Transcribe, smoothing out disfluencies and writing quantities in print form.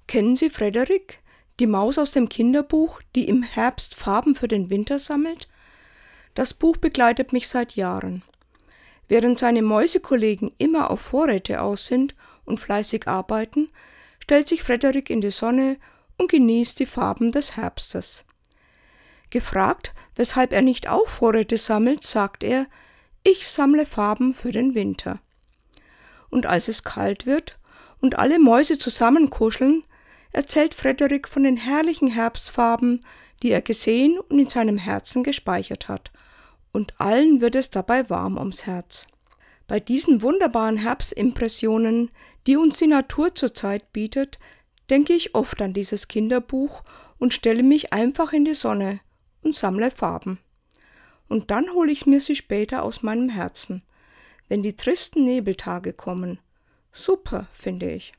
Kennen Sie Frederik, die Maus aus dem Kinderbuch, die im Herbst Farben für den Winter sammelt? Das Buch begleitet mich seit Jahren. Während seine Mäusekollegen immer auf Vorräte aus sind und fleißig arbeiten, stellt sich Frederik in die Sonne und genießt die Farben des Herbstes. Gefragt, weshalb er nicht auch Vorräte sammelt, sagt er: Ich sammle Farben für den Winter. Und als es kalt wird und alle Mäuse zusammenkuscheln, erzählt Frederik von den herrlichen Herbstfarben, die er gesehen und in seinem Herzen gespeichert hat. Und allen wird es dabei warm ums Herz. Bei diesen wunderbaren Herbstimpressionen, die uns die Natur zurzeit bietet, denke ich oft an dieses Kinderbuch und stelle mich einfach in die Sonne und sammle Farben. Und dann hole ich mir sie später aus meinem Herzen, wenn die tristen Nebeltage kommen. Super, finde ich.